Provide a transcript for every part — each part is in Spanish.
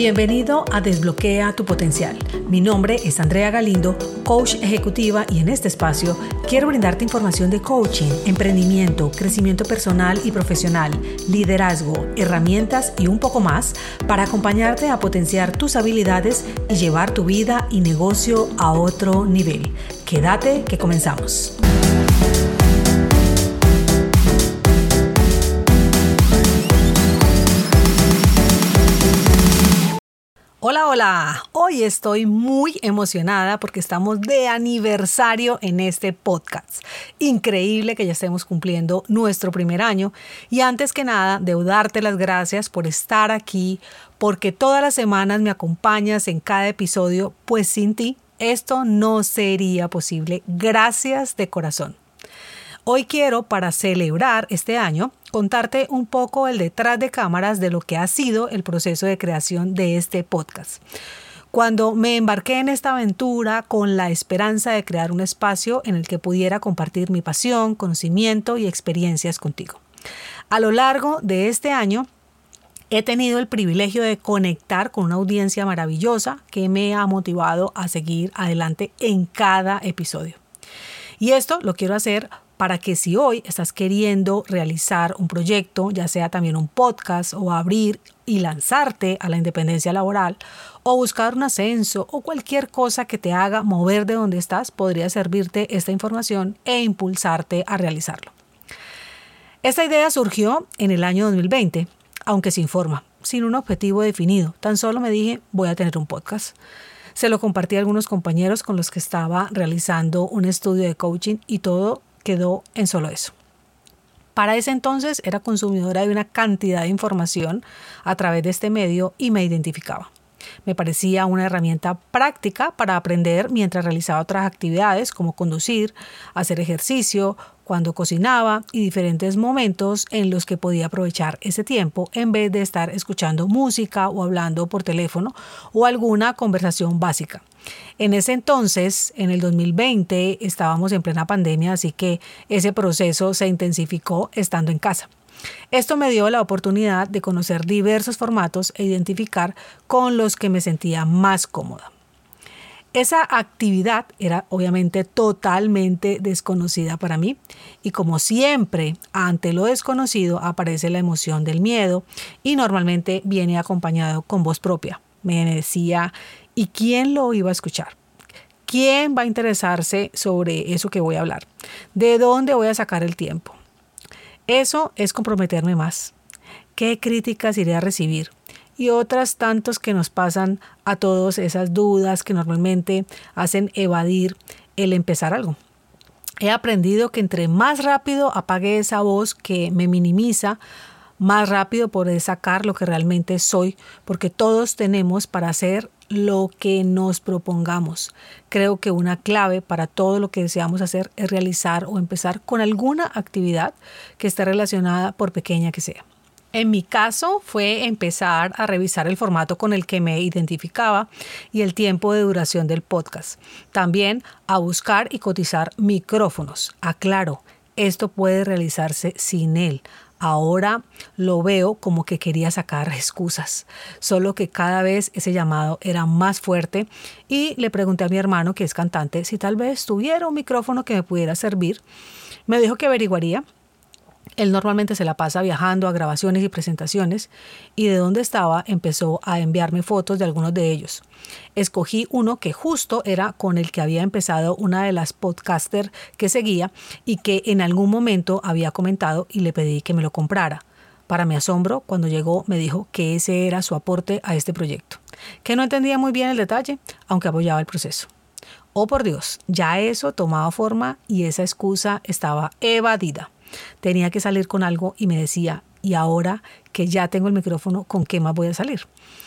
Bienvenido a Desbloquea tu Potencial. Mi nombre es Andrea Galindo, coach ejecutiva, y en este espacio quiero brindarte información de coaching, emprendimiento, crecimiento personal y profesional, liderazgo, herramientas y un poco más para acompañarte a potenciar tus habilidades y llevar tu vida y negocio a otro nivel. Quédate que comenzamos. Hola, hoy estoy muy emocionada porque estamos de aniversario en este podcast. Increíble que ya estemos cumpliendo nuestro primer año y antes que nada debo darte las gracias por estar aquí, porque todas las semanas me acompañas en cada episodio, pues sin ti esto no sería posible. Gracias de corazón. Hoy quiero, para celebrar este año, contarte un poco el detrás de cámaras de lo que ha sido el proceso de creación de este podcast. Cuando me embarqué en esta aventura con la esperanza de crear un espacio en el que pudiera compartir mi pasión, conocimiento y experiencias contigo. A lo largo de este año, he tenido el privilegio de conectar con una audiencia maravillosa que me ha motivado a seguir adelante en cada episodio. Y esto lo quiero hacer para que si hoy estás queriendo realizar un proyecto, ya sea también un podcast o abrir y lanzarte a la independencia laboral o buscar un ascenso o cualquier cosa que te haga mover de donde estás, podría servirte esta información e impulsarte a realizarlo. Esta idea surgió en el año 2020, aunque sin forma, sin un objetivo definido. Tan solo me dije, voy a tener un podcast. Se lo compartí a algunos compañeros con los que estaba realizando un estudio de coaching y todo quedó en solo eso. Para ese entonces era consumidora de una cantidad de información a través de este medio y me identificaba. Me parecía una herramienta práctica para aprender mientras realizaba otras actividades como conducir, hacer ejercicio, cuando cocinaba y diferentes momentos en los que podía aprovechar ese tiempo en vez de estar escuchando música o hablando por teléfono o alguna conversación básica. En ese entonces, en el 2020, estábamos en plena pandemia, así que ese proceso se intensificó estando en casa. Esto me dio la oportunidad de conocer diversos formatos e identificar con los que me sentía más cómoda. Esa actividad era obviamente totalmente desconocida para mí y como siempre, ante lo desconocido aparece la emoción del miedo y normalmente viene acompañado con voz propia. Me decía, ¿y quién lo iba a escuchar? ¿Quién va a interesarse sobre eso que voy a hablar? ¿De dónde voy a sacar el tiempo? Eso es comprometerme más. ¿Qué críticas iré a recibir? Y otras tantos que nos pasan a todos, esas dudas que normalmente hacen evadir el empezar algo. He aprendido que entre más rápido apague esa voz que me minimiza, más rápido podré sacar lo que realmente soy, porque todos tenemos para hacer lo que nos propongamos. Creo que una clave para todo lo que deseamos hacer es realizar o empezar con alguna actividad que esté relacionada, por pequeña que sea. En mi caso fue empezar a revisar el formato con el que me identificaba y el tiempo de duración del podcast. También a buscar y cotizar micrófonos. Aclaro, esto puede realizarse sin él. Ahora lo veo como que quería sacar excusas, solo que cada vez ese llamado era más fuerte y le pregunté a mi hermano, que es cantante, si tal vez tuviera un micrófono que me pudiera servir. Me dijo que averiguaría. Él normalmente se la pasa viajando a grabaciones y presentaciones y de donde estaba empezó a enviarme fotos de algunos de ellos. Escogí uno que justo era con el que había empezado una de las podcasters que seguía y que en algún momento había comentado y le pedí que me lo comprara. Para mi asombro, cuando llegó me dijo que ese era su aporte a este proyecto, que no entendía muy bien el detalle, aunque apoyaba el proceso. Oh por Dios, ya eso tomaba forma y esa excusa estaba evadida. Tenía que salir con algo y me decía, y ahora que ya tengo el micrófono, ¿con qué más voy a salir?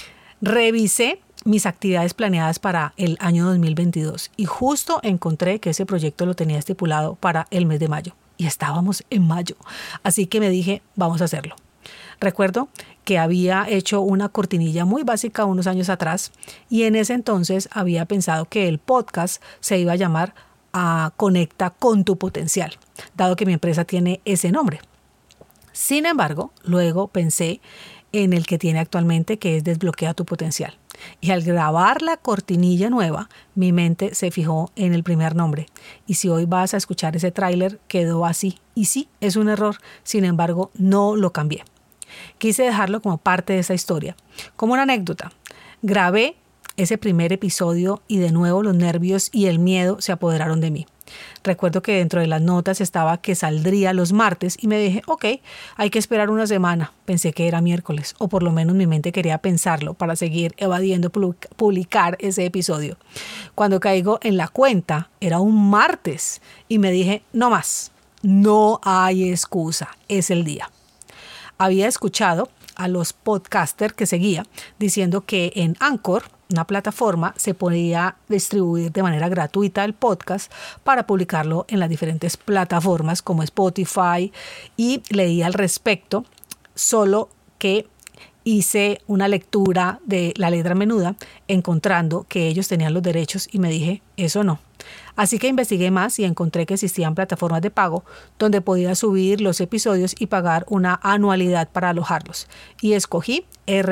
Revisé mis actividades planeadas para el año 2022 y justo encontré que ese proyecto lo tenía estipulado para el mes de mayo y estábamos en mayo, así que me dije, vamos a hacerlo. Recuerdo que había hecho una cortinilla muy básica unos años atrás y en ese entonces había pensado que el podcast se iba a llamar Conecta con tu Potencial, dado que mi empresa tiene ese nombre. Sin embargo, luego pensé en el que tiene actualmente, que es Desbloquea tu potencial. Y al grabar la cortinilla nueva, mi mente se fijó en el primer nombre. Y si hoy vas a escuchar ese tráiler, quedó así. Y sí, es un error, sin embargo, no lo cambié. Quise dejarlo como parte de esa historia, como una anécdota. Grabé ese primer episodio y de nuevo los nervios y el miedo se apoderaron de mí. Recuerdo que dentro de las notas estaba que saldría los martes y me dije, ok, hay que esperar una semana. Pensé que era miércoles, o por lo menos mi mente quería pensarlo para seguir evadiendo publicar ese episodio. Cuando caigo en la cuenta, era un martes y me dije, no más, no hay excusa, es el día. Había escuchado a los podcasters que seguía diciendo que en Anchor, una plataforma, se podía distribuir de manera gratuita el podcast para publicarlo en las diferentes plataformas como Spotify, y leí al respecto, solo que hice una lectura de la letra menuda encontrando que ellos tenían los derechos y me dije, eso no. Así que investigué más y encontré que existían plataformas de pago donde podía subir los episodios y pagar una anualidad para alojarlos. Y escogí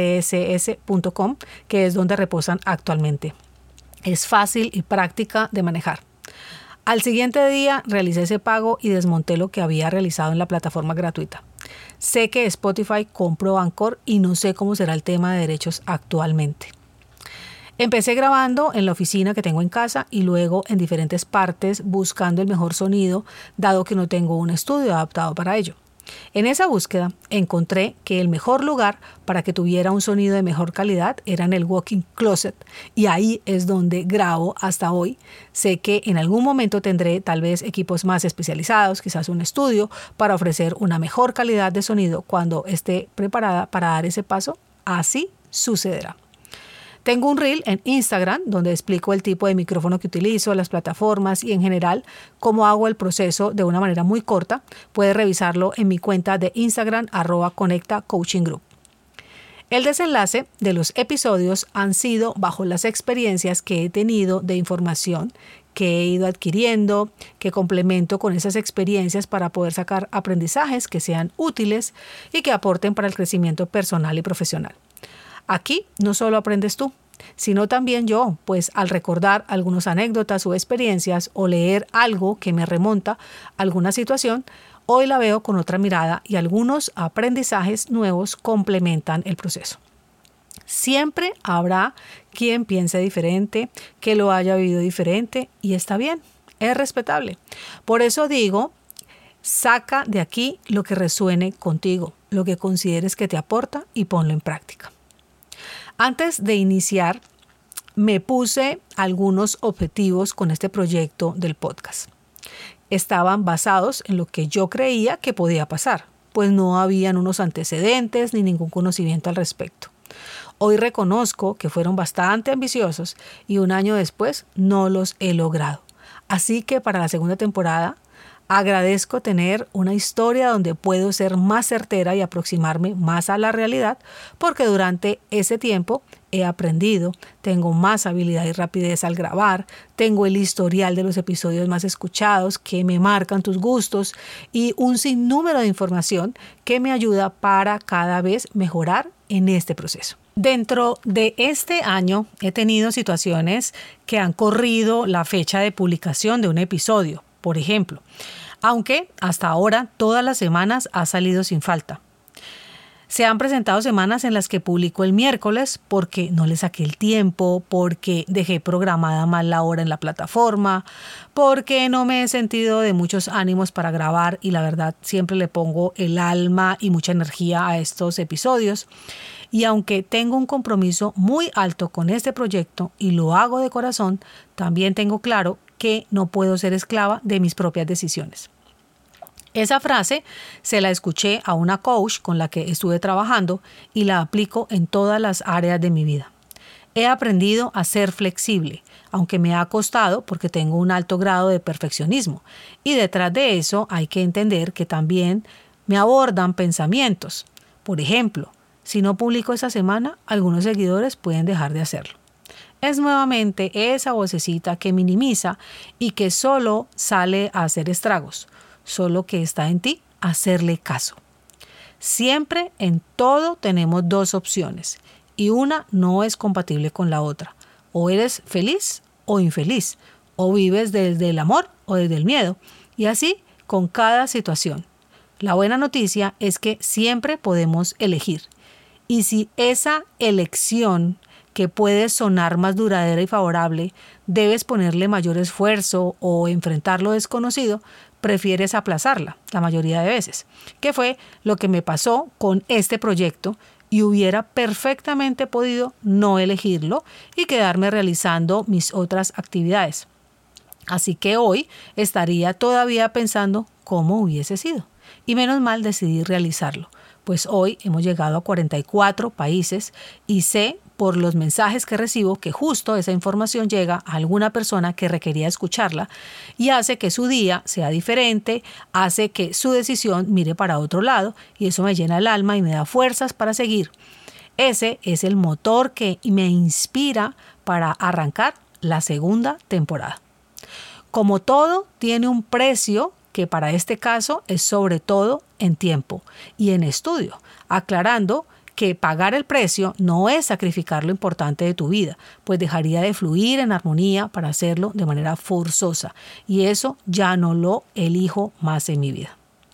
rss.com, que es donde reposan actualmente. Es fácil y práctica de manejar. Al siguiente día realicé ese pago y desmonté lo que había realizado en la plataforma gratuita. Sé que Spotify compró Anchor y no sé cómo será el tema de derechos actualmente. Empecé grabando en la oficina que tengo en casa y luego en diferentes partes buscando el mejor sonido, dado que no tengo un estudio adaptado para ello. En esa búsqueda encontré que el mejor lugar para que tuviera un sonido de mejor calidad era en el walk-in closet, y ahí es donde grabo hasta hoy. Sé que en algún momento tendré tal vez equipos más especializados, quizás un estudio, para ofrecer una mejor calidad de sonido cuando esté preparada para dar ese paso. Así sucederá. Tengo un reel en Instagram donde explico el tipo de micrófono que utilizo, las plataformas y en general cómo hago el proceso de una manera muy corta. Puedes revisarlo en mi cuenta de Instagram @conectacoachinggroup. El desenlace de los episodios han sido bajo las experiencias que he tenido de información que he ido adquiriendo, que complemento con esas experiencias para poder sacar aprendizajes que sean útiles y que aporten para el crecimiento personal y profesional. Aquí no solo aprendes tú, sino también yo, pues al recordar algunas anécdotas o experiencias o leer algo que me remonta a alguna situación, hoy la veo con otra mirada y algunos aprendizajes nuevos complementan el proceso. Siempre habrá quien piense diferente, que lo haya vivido diferente, y está bien, es respetable. Por eso digo, saca de aquí lo que resuene contigo, lo que consideres que te aporta y ponlo en práctica. Antes de iniciar, me puse algunos objetivos con este proyecto del podcast. Estaban basados en lo que yo creía que podía pasar, pues no habían unos antecedentes ni ningún conocimiento al respecto. Hoy reconozco que fueron bastante ambiciosos y un año después no los he logrado. Así que para la segunda temporada agradezco tener una historia donde puedo ser más certera y aproximarme más a la realidad, porque durante ese tiempo he aprendido, tengo más habilidad y rapidez al grabar, tengo el historial de los episodios más escuchados que me marcan tus gustos y un sinnúmero de información que me ayuda para cada vez mejorar en este proceso. Dentro de este año he tenido situaciones que han corrido la fecha de publicación de un episodio. Por ejemplo, aunque hasta ahora todas las semanas ha salido sin falta. Se han presentado semanas en las que publico el miércoles porque no le saqué el tiempo, porque dejé programada mal la hora en la plataforma, porque no me he sentido de muchos ánimos para grabar y la verdad siempre le pongo el alma y mucha energía a estos episodios. Y aunque tengo un compromiso muy alto con este proyecto y lo hago de corazón, también tengo claro que no puedo ser esclava de mis propias decisiones. Esa frase se la escuché a una coach con la que estuve trabajando y la aplico en todas las áreas de mi vida. He aprendido a ser flexible, aunque me ha costado porque tengo un alto grado de perfeccionismo. Y detrás de eso hay que entender que también me abordan pensamientos. Por ejemplo, si no publico esta semana, algunos seguidores pueden dejar de hacerlo. Es nuevamente esa vocecita que minimiza y que solo sale a hacer estragos, solo que está en ti hacerle caso. Siempre en todo tenemos dos opciones y una no es compatible con la otra. O eres feliz o infeliz, o vives desde el amor o desde el miedo, y así con cada situación. La buena noticia es que siempre podemos elegir. Y si esa elección, que puede sonar más duradera y favorable, debes ponerle mayor esfuerzo o enfrentar lo desconocido, prefieres aplazarla la mayoría de veces, que fue lo que me pasó con este proyecto, y hubiera perfectamente podido no elegirlo y quedarme realizando mis otras actividades. Así que hoy estaría todavía pensando cómo hubiese sido. Y menos mal decidí realizarlo, pues hoy hemos llegado a 44 países y sé por los mensajes que recibo que justo esa información llega a alguna persona que requería escucharla y hace que su día sea diferente, hace que su decisión mire para otro lado, y eso me llena el alma y me da fuerzas para seguir. Ese es el motor que me inspira para arrancar la segunda temporada. Como todo, tiene un precio que para este caso es sobre todo en tiempo y en estudio, aclarando que pagar el precio no es sacrificar lo importante de tu vida, pues dejaría de fluir en armonía para hacerlo de manera forzosa, y eso ya no lo elijo más en mi vida.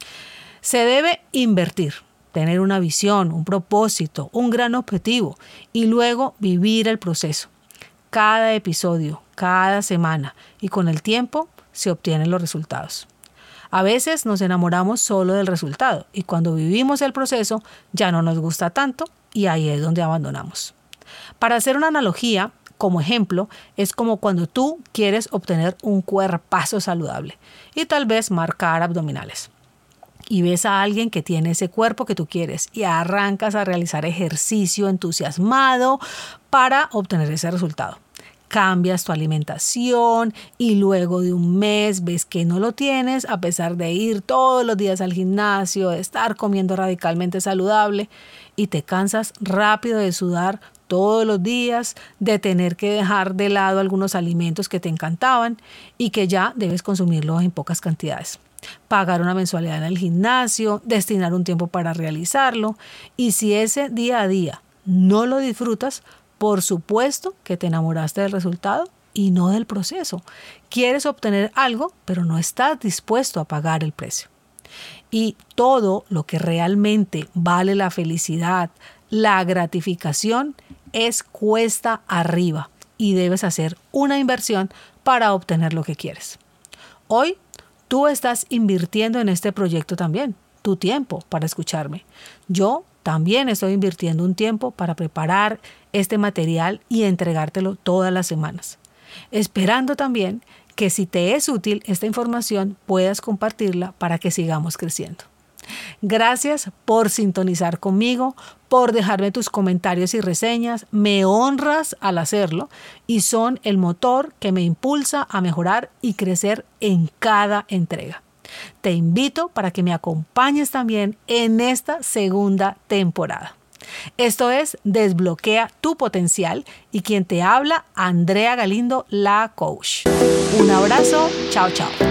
Se debe invertir, tener una visión, un propósito, un gran objetivo y luego vivir el proceso. Cada episodio, cada semana, y con el tiempo se obtienen los resultados. A veces nos enamoramos solo del resultado y cuando vivimos el proceso ya no nos gusta tanto y ahí es donde abandonamos. Para hacer una analogía, como ejemplo, es como cuando tú quieres obtener un cuerpazo saludable y tal vez marcar abdominales. Y ves a alguien que tiene ese cuerpo que tú quieres y arrancas a realizar ejercicio entusiasmado para obtener ese resultado. Cambias tu alimentación y luego de un mes ves que no lo tienes a pesar de ir todos los días al gimnasio, de estar comiendo radicalmente saludable, y te cansas rápido de sudar todos los días, de tener que dejar de lado algunos alimentos que te encantaban y que ya debes consumirlos en pocas cantidades. Pagar una mensualidad en el gimnasio, destinar un tiempo para realizarlo, y si ese día a día no lo disfrutas, por supuesto que te enamoraste del resultado y no del proceso. Quieres obtener algo, pero no estás dispuesto a pagar el precio. Y todo lo que realmente vale la felicidad, la gratificación, es cuesta arriba y debes hacer una inversión para obtener lo que quieres. Hoy tú estás invirtiendo en este proyecto también, tu tiempo para escucharme. Yo también estoy invirtiendo un tiempo para preparar este material y entregártelo todas las semanas, esperando también que si te es útil esta información puedas compartirla para que sigamos creciendo. Gracias por sintonizar conmigo, por dejarme tus comentarios y reseñas. Me honras al hacerlo y son el motor que me impulsa a mejorar y crecer en cada entrega. Te invito para que me acompañes también en esta segunda temporada. Esto es Desbloquea tu potencial y quien te habla, Andrea Galindo, la coach. Un abrazo, chao, chao.